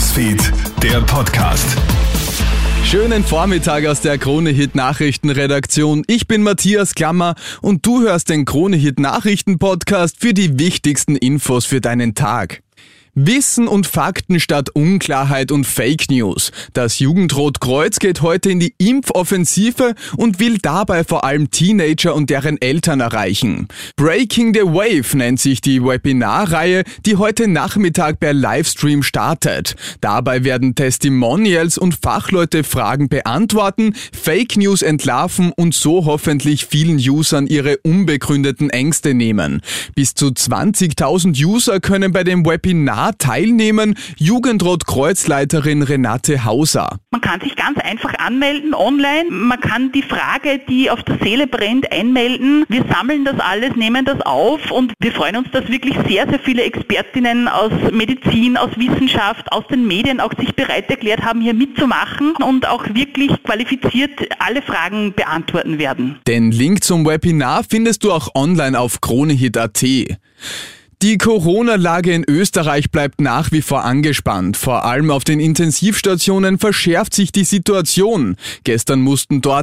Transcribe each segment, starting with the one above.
Newsfeed, der Podcast. Schönen Vormittag aus der Krone-Hit-Nachrichtenredaktion. Ich bin Matthias Klammer und du hörst den Krone-Hit-Nachrichten-Podcast für die wichtigsten Infos für deinen Tag. Wissen und Fakten statt Unklarheit und Fake News. Das Jugendrotkreuz geht heute in die Impfoffensive und will dabei vor allem Teenager und deren Eltern erreichen. Breaking the Wave nennt sich die Webinarreihe, die heute Nachmittag per Livestream startet. Dabei werden Testimonials und Fachleute Fragen beantworten, Fake News entlarven und so hoffentlich vielen Usern ihre unbegründeten Ängste nehmen. Bis zu 20.000 User können bei dem Webinar teilnehmen, Jugendrotkreuzleiterin Renate Hauser. Man kann sich ganz einfach anmelden online. Man kann die Frage, die auf der Seele brennt, einmelden. Wir sammeln das alles, nehmen das auf und wir freuen uns, dass wirklich sehr, sehr viele Expertinnen aus Medizin, aus Wissenschaft, aus den Medien auch sich bereit erklärt haben, hier mitzumachen und auch wirklich qualifiziert alle Fragen beantworten werden. Den Link zum Webinar findest du auch online auf kronehit.at. Die Corona-Lage in Österreich bleibt nach wie vor angespannt. Vor allem auf den Intensivstationen verschärft sich die Situation. Gestern mussten dort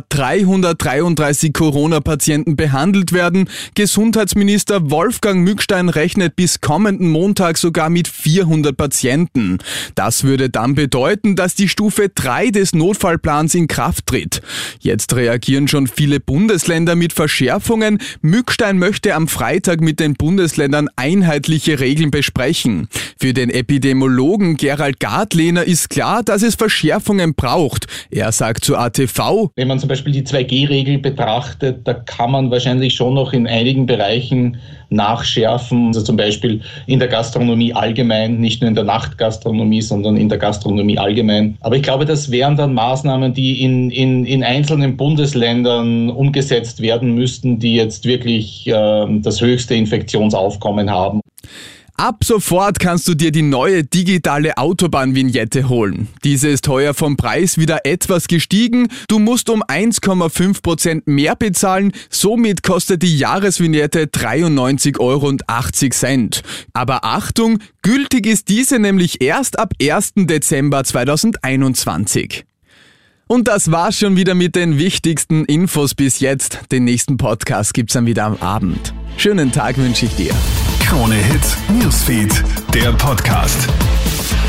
333 Corona-Patienten behandelt werden. Gesundheitsminister Wolfgang Mückstein rechnet bis kommenden Montag sogar mit 400 Patienten. Das würde dann bedeuten, dass die Stufe 3 des Notfallplans in Kraft tritt. Jetzt reagieren schon viele Bundesländer mit Verschärfungen. Mückstein möchte am Freitag mit den Bundesländern einheitliche Regeln besprechen. Für den Epidemiologen Gerald Gartlehner ist klar, dass es Verschärfungen braucht. Er sagt zu ATV: Wenn man zum Beispiel die 2G-Regel betrachtet, da kann man wahrscheinlich schon noch in einigen Bereichen nachschärfen. Also zum Beispiel in der Gastronomie allgemein, nicht nur in der Nachtgastronomie, sondern in der Gastronomie allgemein. Aber ich glaube, das wären dann Maßnahmen, die in einzelnen Bundesländern umgesetzt werden müssten, die jetzt wirklich das höchste Infektionsaufkommen haben. Ab sofort kannst du dir die neue digitale Autobahnvignette holen. Diese ist heuer vom Preis wieder etwas gestiegen. Du musst um 1,5% mehr bezahlen. Somit kostet die Jahresvignette 93,80 €. Aber Achtung, gültig ist diese nämlich erst ab 1. Dezember 2021. Und das war's schon wieder mit den wichtigsten Infos bis jetzt. Den nächsten Podcast gibt's dann wieder am Abend. Schönen Tag wünsche ich dir. Krone-Hit Newsfeed, der Podcast.